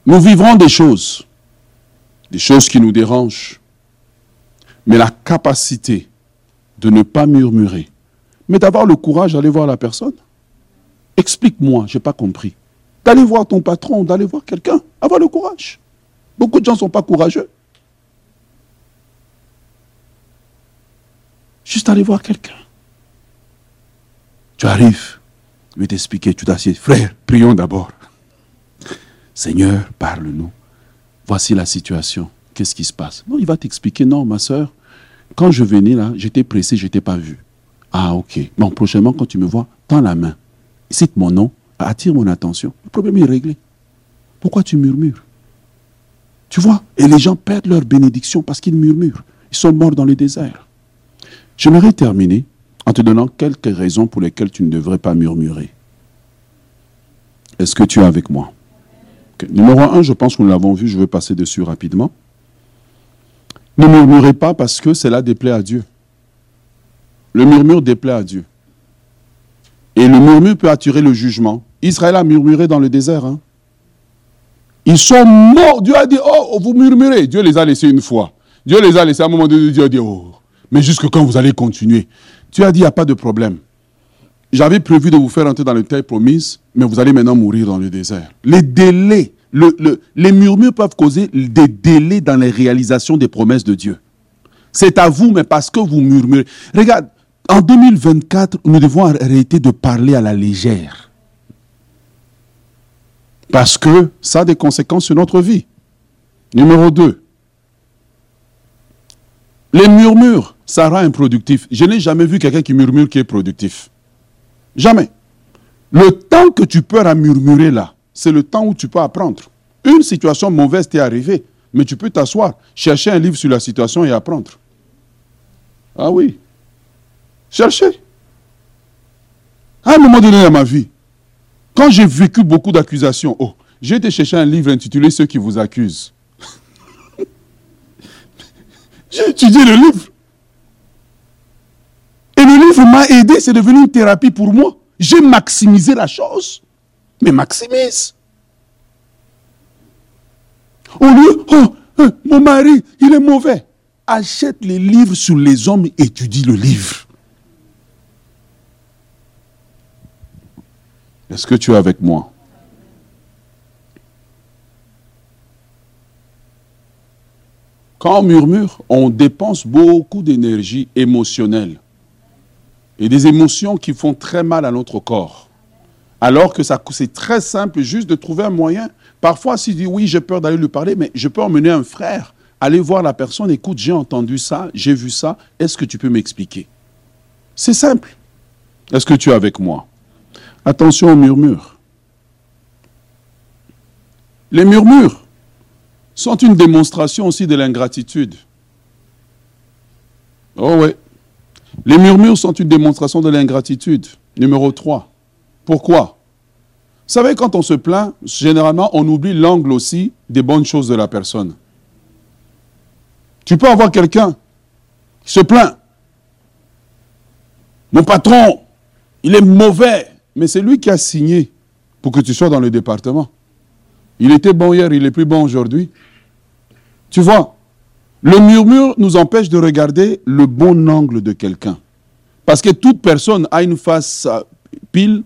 Speaker 1: Nous vivrons des choses qui nous dérangent, mais la capacité de ne pas murmurer, mais d'avoir le courage d'aller voir la personne. Explique-moi, je n'ai pas compris. D'aller voir ton patron, d'aller voir quelqu'un, avoir le courage. Beaucoup de gens ne sont pas courageux. Juste aller voir quelqu'un. Tu arrives, je vais t'expliquer, tu t'assieds. Frère, prions d'abord. Seigneur, parle-nous. Voici la situation. Qu'est-ce qui se passe? Non, il va t'expliquer. Non, ma soeur, quand je venais là, j'étais pressé, je ne t'ai pas vu. Ah, ok. Bon, prochainement, quand tu me vois, tends la main. Cite mon nom, attire mon attention. Le problème est réglé. Pourquoi tu murmures? Tu vois? Et les gens perdent leur bénédiction parce qu'ils murmurent. Ils sont morts dans le désert. J'aimerais terminer en te donnant quelques raisons pour lesquelles tu ne devrais pas murmurer. Est-ce que tu es avec moi? Okay. Numéro 1, je pense que nous l'avons vu, je vais passer dessus rapidement. Ne murmurez pas parce que cela déplaît à Dieu. Le murmure déplaît à Dieu. Et le murmure peut attirer le jugement. Israël a murmuré dans le désert. Hein. Ils sont morts. Dieu a dit, oh, vous murmurez. Dieu les a laissés une fois. Dieu les a laissés à un moment donné. Dieu a dit, oh, mais jusque quand vous allez continuer? Dieu a dit, il n'y a pas de problème. J'avais prévu de vous faire entrer dans le terre promise, mais vous allez maintenant mourir dans le désert. Les délais, les murmures peuvent causer des délais dans les réalisations des promesses de Dieu. C'est à vous, mais parce que vous murmurez. Regarde, en 2024, nous devons arrêter de parler à la légère. Parce que ça a des conséquences sur notre vie. Numéro 2. Les murmures, ça rend improductif. Je n'ai jamais vu quelqu'un qui murmure qui est productif. Jamais. Le temps que tu peux à murmurer là, c'est le temps où tu peux apprendre. Une situation mauvaise t'est arrivée, mais tu peux t'asseoir, chercher un livre sur la situation et apprendre. Ah oui. Cherchez. À un moment donné dans ma vie, quand j'ai vécu beaucoup d'accusations, j'ai été chercher un livre intitulé « Ceux qui vous accusent ». J'ai étudié le livre. Et le livre m'a aidé, c'est devenu une thérapie pour moi. J'ai maximisé la chose. Mais maximise. Au lieu, mon mari, il est mauvais. Achète les livres sur les hommes et étudie le livre. Est-ce que tu es avec moi? Quand on murmure, on dépense beaucoup d'énergie émotionnelle. Et des émotions qui font très mal à notre corps. Alors que c'est très simple juste de trouver un moyen. Parfois, si tu dis oui, j'ai peur d'aller lui parler, mais je peux emmener un frère, aller voir la personne, écoute, j'ai entendu ça, j'ai vu ça, est-ce que tu peux m'expliquer? C'est simple. Est-ce que tu es avec moi? Attention aux murmures. Les murmures sont une démonstration aussi de l'ingratitude. Oh oui. Les murmures sont une démonstration de l'ingratitude. Numéro 3. Pourquoi? Vous savez, quand on se plaint, généralement, on oublie l'angle aussi des bonnes choses de la personne. Tu peux avoir quelqu'un qui se plaint. Mon patron, il est mauvais. Mais c'est lui qui a signé pour que tu sois dans le département. Il était bon hier, il est plus bon aujourd'hui. Tu vois, le murmure nous empêche de regarder le bon angle de quelqu'un. Parce que toute personne a une face pile.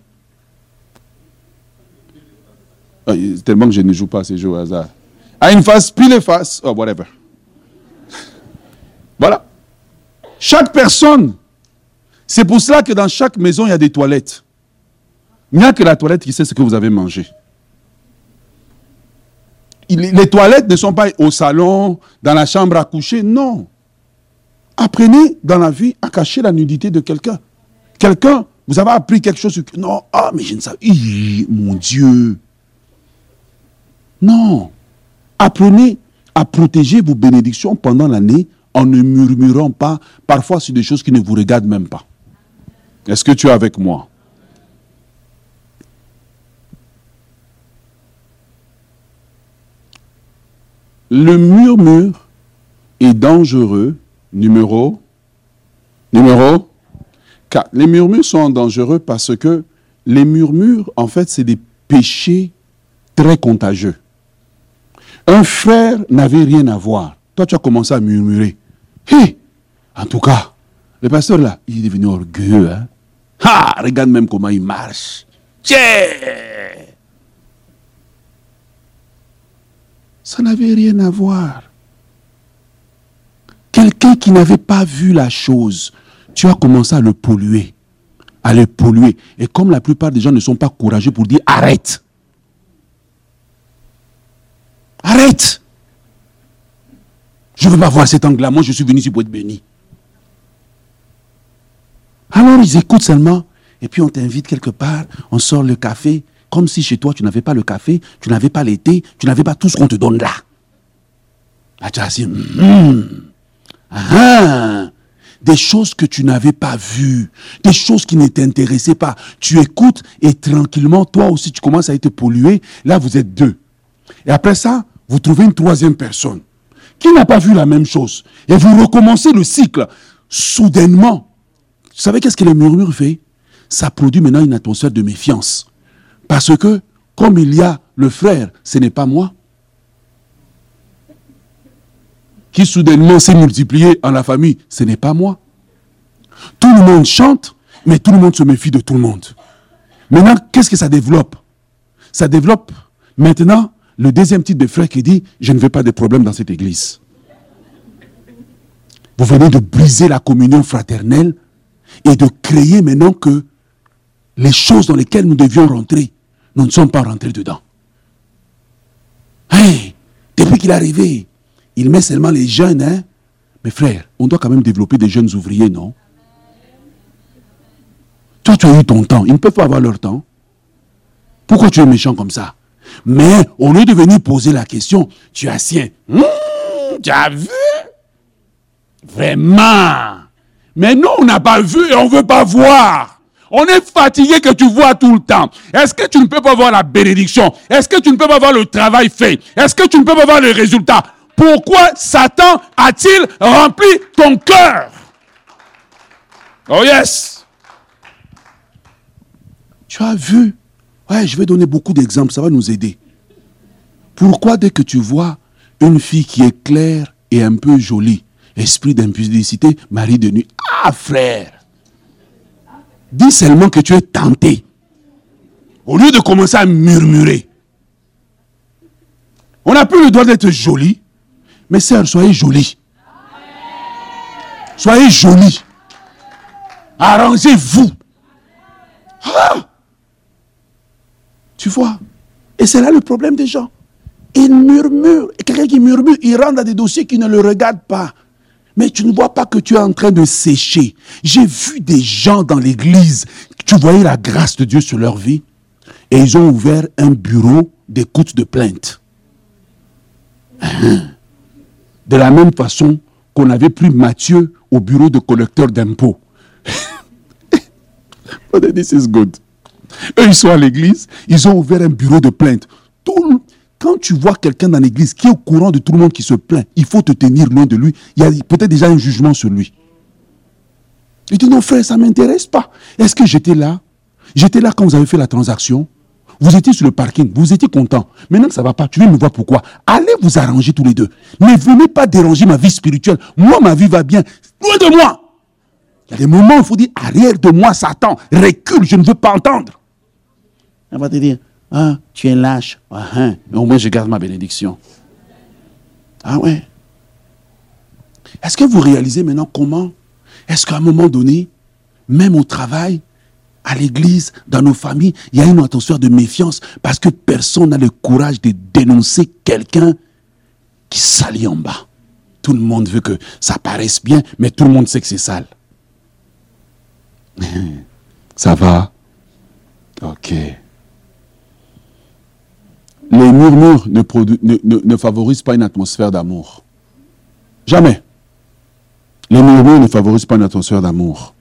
Speaker 1: Tellement que je ne joue pas à ces jeux au hasard. A une face pile et face. Oh, whatever. Voilà. Chaque personne. C'est pour cela que dans chaque maison, il y a des toilettes. Il n'y a que la toilette qui sait ce que vous avez mangé. Les toilettes ne sont pas au salon, dans la chambre à coucher, non. Apprenez dans la vie à cacher la nudité de quelqu'un. Quelqu'un, vous avez appris quelque chose sur... Non, mais je ne sais pas. Mon Dieu. Non. Apprenez à protéger vos bénédictions pendant l'année en ne murmurant pas, parfois sur des choses qui ne vous regardent même pas. Est-ce que tu es avec moi? Le murmure est dangereux, numéro 4. Les murmures sont dangereux parce que les murmures, en fait, c'est des péchés très contagieux. Un frère n'avait rien à voir. Toi, tu as commencé à murmurer. Hé, en tout cas, le pasteur là, il est devenu orgueilleux. Hein? Ah, regarde même comment il marche. Tiens! Ça n'avait rien à voir. Quelqu'un qui n'avait pas vu la chose, tu as commencé à le polluer. À le polluer. Et comme la plupart des gens ne sont pas courageux pour dire arrête. Arrête. Je ne veux pas voir cet angle-là. Moi, je suis venu ici pour être béni. Alors, ils écoutent seulement. Et puis, on t'invite quelque part. On sort le café. Comme si chez toi, tu n'avais pas le café, tu n'avais pas le thé, tu n'avais pas tout ce qu'on te donne là. Là, tu as dit, des choses que tu n'avais pas vues, des choses qui ne t'intéressaient pas. Tu écoutes et tranquillement, toi aussi, tu commences à être pollué. Là, vous êtes deux. Et après ça, vous trouvez une troisième personne qui n'a pas vu la même chose. Et vous recommencez le cycle. Soudainement, vous savez qu'est-ce que le murmure fait? Ça produit maintenant une atmosphère de méfiance. Parce que, comme il y a le frère, ce n'est pas moi, qui soudainement s'est multiplié en la famille, ce n'est pas moi. Tout le monde chante, mais tout le monde se méfie de tout le monde. Maintenant, qu'est-ce que ça développe? Ça développe maintenant le deuxième type de frère qui dit, je ne veux pas de problème dans cette église. Vous venez de briser la communion fraternelle et de créer maintenant que les choses dans lesquelles nous devions rentrer, nous ne sommes pas rentrés dedans. Hey, depuis qu'il est arrivé, il met seulement les jeunes, hein. Mais frère, on doit quand même développer des jeunes ouvriers, non? Toi, tu as eu ton temps. Ils ne peuvent pas avoir leur temps. Pourquoi tu es méchant comme ça? Mais au lieu de venir poser la question, tu as sien. Tu as vu? Vraiment? Mais nous, on n'a pas vu et on ne veut pas voir. On est fatigué que tu vois tout le temps. Est-ce que tu ne peux pas voir la bénédiction? Est-ce que tu ne peux pas voir le travail fait? Est-ce que tu ne peux pas voir le résultat? Pourquoi Satan a-t-il rempli ton cœur? Oh yes! Tu as vu? Ouais, je vais donner beaucoup d'exemples, ça va nous aider. Pourquoi dès que tu vois une fille qui est claire et un peu jolie, esprit d'impudicité, mari de nuit, ah frère! Dis seulement que tu es tenté. Au lieu de commencer à murmurer. On n'a plus le droit d'être joli. Mais sœurs, soyez jolis. Soyez jolis. Arrangez-vous. Ah! Tu vois? Et c'est là le problème des gens. Ils murmurent. Et quelqu'un qui murmure, il rentre dans des dossiers qui ne le regardent pas. Mais tu ne vois pas que tu es en train de sécher. J'ai vu des gens dans l'église, tu voyais la grâce de Dieu sur leur vie, et ils ont ouvert un bureau d'écoute de plainte. De la même façon qu'on avait pris Matthieu au bureau de collecteur d'impôts. This is good. Eux, ils sont à l'église, ils ont ouvert un bureau de plainte. Quand tu vois quelqu'un dans l'église qui est au courant de tout le monde qui se plaint, il faut te tenir loin de lui. Il y a peut-être déjà un jugement sur lui. Il dit non frère, ça ne m'intéresse pas. Est-ce que j'étais là? J'étais là quand vous avez fait la transaction. Vous étiez sur le parking, vous étiez content. Maintenant que ça ne va pas, tu viens me voir pourquoi. Allez vous arranger tous les deux. Ne venez pas déranger ma vie spirituelle. Moi, ma vie va bien. Loin de moi. Il y a des moments où il faut dire arrière de moi, Satan. Recule, je ne veux pas entendre. Elle va te dire, ah, tu es lâche. Mais au moins, je garde ma bénédiction. Ah ouais. Est-ce que vous réalisez maintenant comment est-ce qu'à un moment donné, même au travail, à l'église, dans nos familles, il y a une atmosphère de méfiance parce que personne n'a le courage de dénoncer quelqu'un qui salit en bas. Tout le monde veut que ça paraisse bien, mais tout le monde sait que c'est sale. Ça va? Ok. Les murmures ne favorisent pas une atmosphère d'amour. Jamais. Les murmures ne favorisent pas une atmosphère d'amour.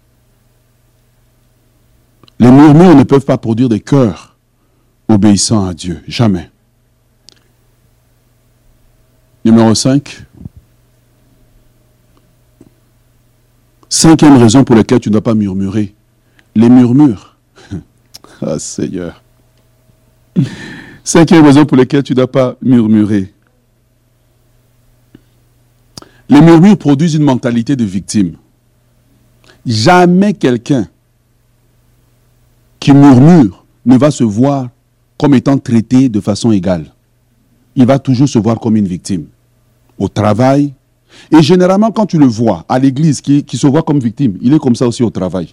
Speaker 1: Les murmures ne peuvent pas produire des cœurs obéissants à Dieu. Jamais. Numéro 5. Cinquième raison pour laquelle tu ne dois pas murmurer. Les murmures. Ah Seigneur. Cinquième raison pour laquelle tu ne dois pas murmurer. Les murmures produisent une mentalité de victime. Jamais quelqu'un qui murmure ne va se voir comme étant traité de façon égale. Il va toujours se voir comme une victime. Au travail, et généralement quand tu le vois à l'église qui se voit comme victime, il est comme ça aussi au travail.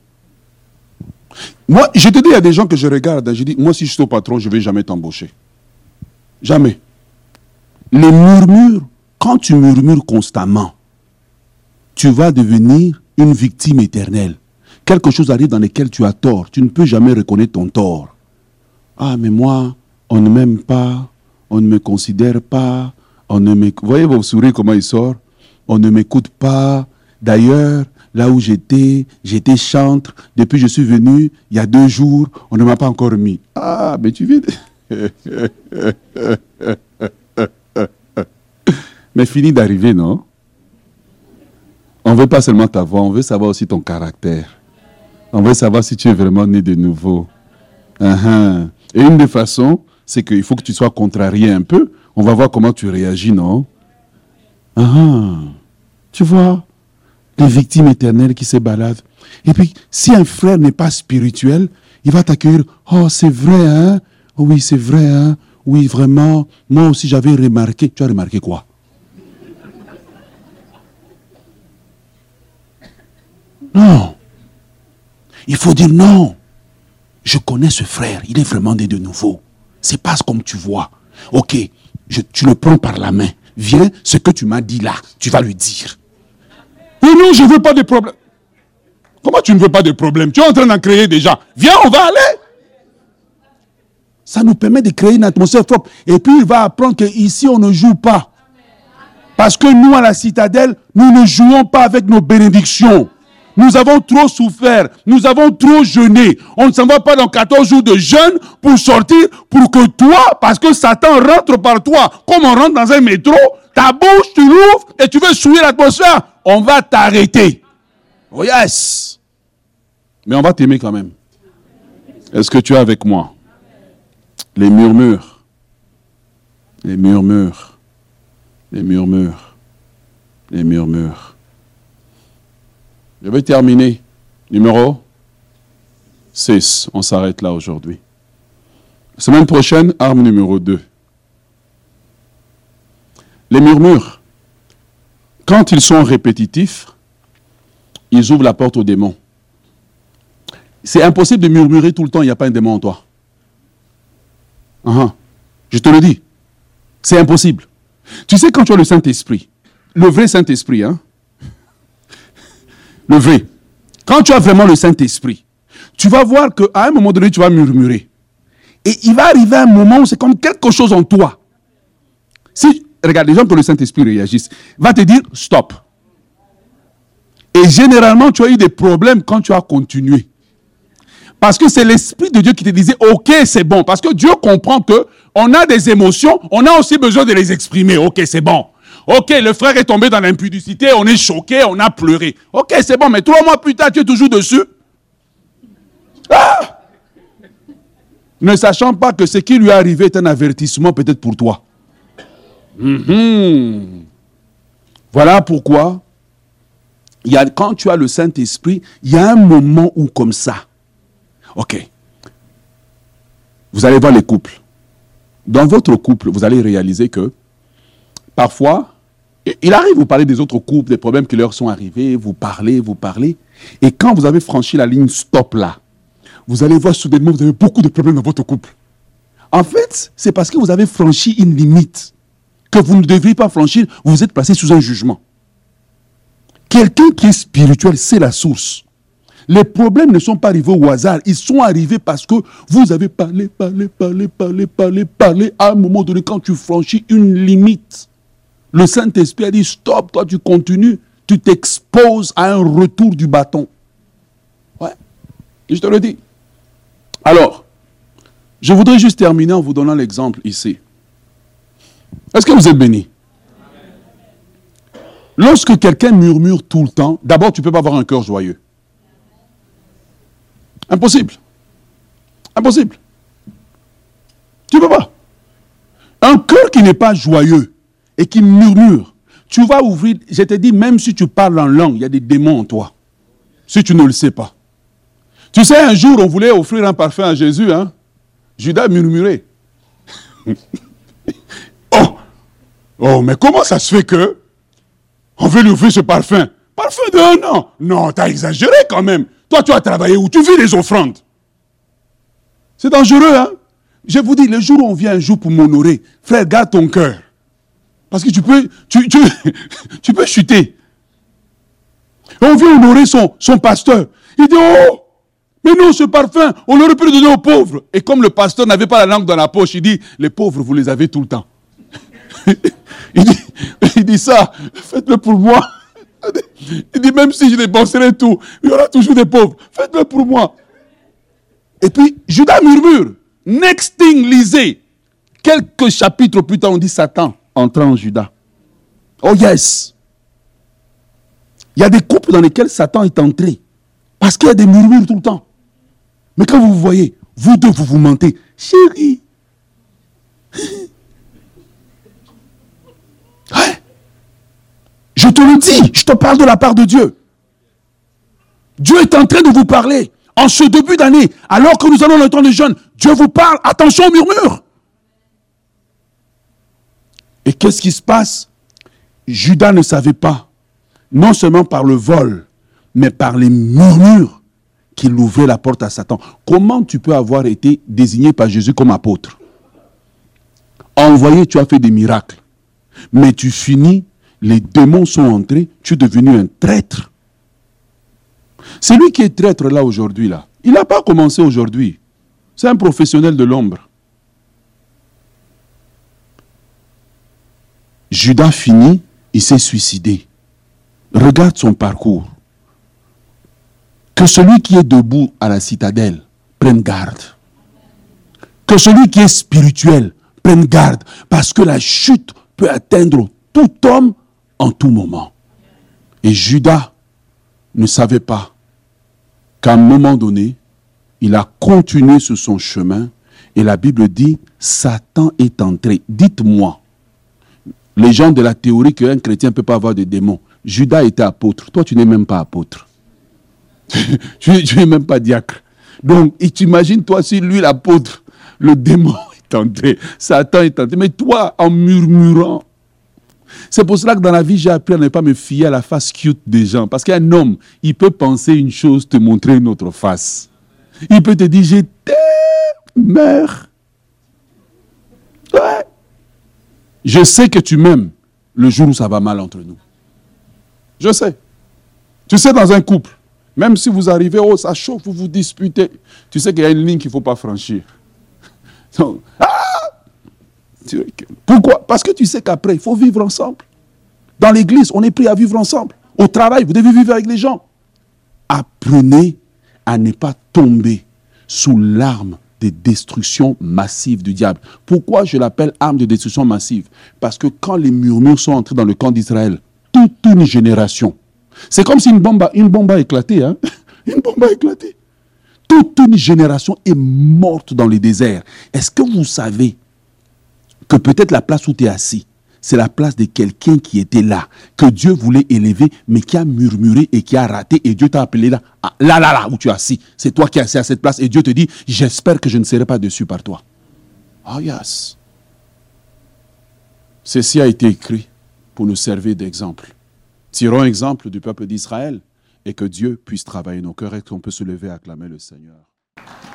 Speaker 1: Moi, je te dis, il y a des gens que je regarde, je dis, moi si je suis au patron, je ne vais jamais t'embaucher. Jamais. Les murmures, quand tu murmures constamment, tu vas devenir une victime éternelle. Quelque chose arrive dans lequel tu as tort. Tu ne peux jamais reconnaître ton tort. Ah, mais moi, on ne m'aime pas, on ne me considère pas, on ne me... Vous voyez vos sourires, comment ils sortent? On ne m'écoute pas. D'ailleurs, là où j'étais chantre. Depuis que je suis venu, il y a 2 jours, on ne m'a pas encore mis. Ah, mais tu viens de... Mais fini d'arriver, non? On ne veut pas seulement ta voix, on veut savoir aussi ton caractère. On veut savoir si tu es vraiment né de nouveau. Et une des façons, c'est qu'il faut que tu sois contrarié un peu. On va voir comment tu réagis, non? Tu vois, les victimes éternelles qui se baladent. Et puis, si un frère n'est pas spirituel, il va t'accueillir. Oh, c'est vrai, hein? Oh, oui, c'est vrai, hein? Oui, vraiment. Moi aussi, j'avais remarqué. Tu as remarqué quoi? Non. Il faut dire non. Je connais ce frère. Il est vraiment né de nouveau. C'est pas comme tu vois. Ok, tu le prends par la main. Viens, ce que tu m'as dit là, tu vas lui dire. Oui, non, je ne veux pas de problème. Comment tu ne veux pas de problème? Tu es en train d'en créer déjà. Viens, on va aller. Ça nous permet de créer une atmosphère propre. Et puis, il va apprendre qu'ici, on ne joue pas. Parce que nous, à la citadelle, nous ne jouons pas avec nos bénédictions. Nous avons trop souffert. Nous avons trop jeûné. On ne s'en va pas dans 14 jours de jeûne pour sortir, pour que toi, parce que Satan rentre par toi, comme on rentre dans un métro, ta bouche, tu l'ouvres et tu veux souiller l'atmosphère. On va t'arrêter. Oh yes. Mais on va t'aimer quand même. Est-ce que tu es avec moi? Les murmures. Les murmures. Les murmures. Les murmures. Je vais terminer. Numéro 6. On s'arrête là aujourd'hui. Semaine prochaine, arme numéro 2. Les murmures, quand ils sont répétitifs, ils ouvrent la porte aux démons. C'est impossible de murmurer tout le temps, il n'y a pas un démon en toi. Je te le dis. C'est impossible. Tu sais, quand tu as le Saint-Esprit, le vrai Saint-Esprit, le vrai. Quand tu as vraiment le Saint-Esprit, tu vas voir qu'à un moment donné, tu vas murmurer. Et il va arriver un moment où c'est comme quelque chose en toi. Si, regarde, les gens que le Saint-Esprit réagissent, va te dire stop. Et généralement, tu as eu des problèmes quand tu as continué. Parce que c'est l'Esprit de Dieu qui te disait, ok, c'est bon. Parce que Dieu comprend qu'on a des émotions, on a aussi besoin de les exprimer. Ok, c'est bon. Ok, le frère est tombé dans l'impudicité, on est choqué, on a pleuré. Ok, c'est bon, mais 3 mois plus tard, tu es toujours dessus. Ne sachant pas que ce qui lui est arrivé est un avertissement peut-être pour toi. Voilà pourquoi, quand tu as le Saint-Esprit, il y a un moment où comme ça, ok, vous allez voir les couples. Dans votre couple, vous allez réaliser que parfois, il arrive, vous parlez des autres couples, des problèmes qui leur sont arrivés, vous parlez. Et quand vous avez franchi la ligne stop là, vous allez voir soudainement, vous avez beaucoup de problèmes dans votre couple. En fait, c'est parce que vous avez franchi une limite que vous ne devriez pas franchir, vous vous êtes placé sous un jugement. Quelqu'un qui est spirituel, c'est la source. Les problèmes ne sont pas arrivés au hasard, ils sont arrivés parce que vous avez parlé. À un moment donné, quand tu franchis une limite, le Saint-Esprit a dit stop, toi tu continues, tu t'exposes à un retour du bâton. Ouais, je te le dis. Alors, je voudrais juste terminer en vous donnant l'exemple ici. Est-ce que vous êtes bénis? Lorsque quelqu'un murmure tout le temps, d'abord tu ne peux pas avoir un cœur joyeux. Impossible. Impossible. Tu ne peux pas. Un cœur qui n'est pas joyeux et qui murmure, tu vas ouvrir, je te dis, même si tu parles en langue, il y a des démons en toi. Si tu ne le sais pas. Tu sais, un jour, on voulait offrir un parfum à Jésus, hein. Judas murmurait. Oh, mais comment ça se fait que on veut lui offrir ce parfum? Parfum de 1 an. Non, t'as exagéré quand même. Toi, tu as travaillé où? Tu vis les offrandes. C'est dangereux, hein? Je vous dis, le jour où on vient un jour pour m'honorer, frère, garde ton cœur. Parce que tu peux chuter. On vient honorer son pasteur. Il dit, oh, mais non, ce parfum, on aurait pu le donner aux pauvres. Et comme le pasteur n'avait pas la langue dans la poche, il dit, les pauvres, vous les avez tout le temps. il dit ça, faites-le pour moi. Il dit, même si je dépenserai tout, il y aura toujours des pauvres. Faites-le pour moi. Et puis, Judas murmure. Next thing, lisez. Quelques chapitres plus tard, on dit Satan entra en Judas. Oh yes. Il y a des couples dans lesquels Satan est entré. Parce qu'il y a des murmures tout le temps. Mais quand vous voyez, vous deux, vous mentez. Chérie. Ouais. Je te le dis, je te parle de la part de Dieu. Dieu est en train de vous parler. En ce début d'année, alors que nous allons dans le temps de jeûne, Dieu vous parle. Attention aux murmures. Et qu'est-ce qui se passe? Judas ne savait pas, non seulement par le vol, mais par les murmures, qu'il ouvrait la porte à Satan. Comment tu peux avoir été désigné par Jésus comme apôtre? Envoyé, tu as fait des miracles. Mais tu finis, les démons sont entrés, tu es devenu un traître. C'est lui qui est traître là aujourd'hui. Là. Il n'a pas commencé aujourd'hui. C'est un professionnel de l'ombre. Judas finit, il s'est suicidé. Regarde son parcours. Que celui qui est debout à la citadelle prenne garde. Que celui qui est spirituel prenne garde. Parce que la chute peut atteindre tout homme en tout moment. Et Judas ne savait pas qu'à un moment donné, il a continué sur son chemin. Et la Bible dit, Satan est entré. Dites-moi, les gens de la théorie qu'un chrétien ne peut pas avoir de démons. Judas était apôtre. Toi, tu n'es même pas apôtre. Tu n'es même pas diacre. Donc, t'imagines, toi, si lui, l'apôtre, le démon est entré, Satan est entré. Mais toi, en murmurant, c'est pour cela que dans la vie, j'ai appris à ne pas me fier à la face cute des gens. Parce qu'un homme, il peut penser une chose, te montrer une autre face. Il peut te dire, je t'aime, meurs. Ouais. Je sais que tu m'aimes le jour où ça va mal entre nous. Je sais. Tu sais, dans un couple, même si vous arrivez, oh, ça chauffe, vous vous disputez, tu sais qu'il y a une ligne qu'il ne faut pas franchir. Donc, pourquoi? Parce que tu sais qu'après, il faut vivre ensemble. Dans l'église, on est pris à vivre ensemble. Au travail, vous devez vivre avec les gens. Apprenez à ne pas tomber sous l'arme de destruction massive du diable. Pourquoi je l'appelle arme de destruction massive? Parce que quand les murmures sont entrés dans le camp d'Israël, toute une génération, c'est comme si une bombe a éclaté. Hein? Une bombe a éclaté. Toute une génération est morte dans le désert. Est-ce que vous savez que peut-être la place où tu es assis, c'est la place de quelqu'un qui était là, que Dieu voulait élever, mais qui a murmuré et qui a raté, et Dieu t'a appelé là, là, où tu es assis. C'est toi qui es assis à cette place, et Dieu te dit, j'espère que je ne serai pas déçu par toi. Oh yes. Ceci a été écrit pour nous servir d'exemple. Tirons exemple du peuple d'Israël, et que Dieu puisse travailler nos cœurs et qu'on peut se lever à acclamer le Seigneur.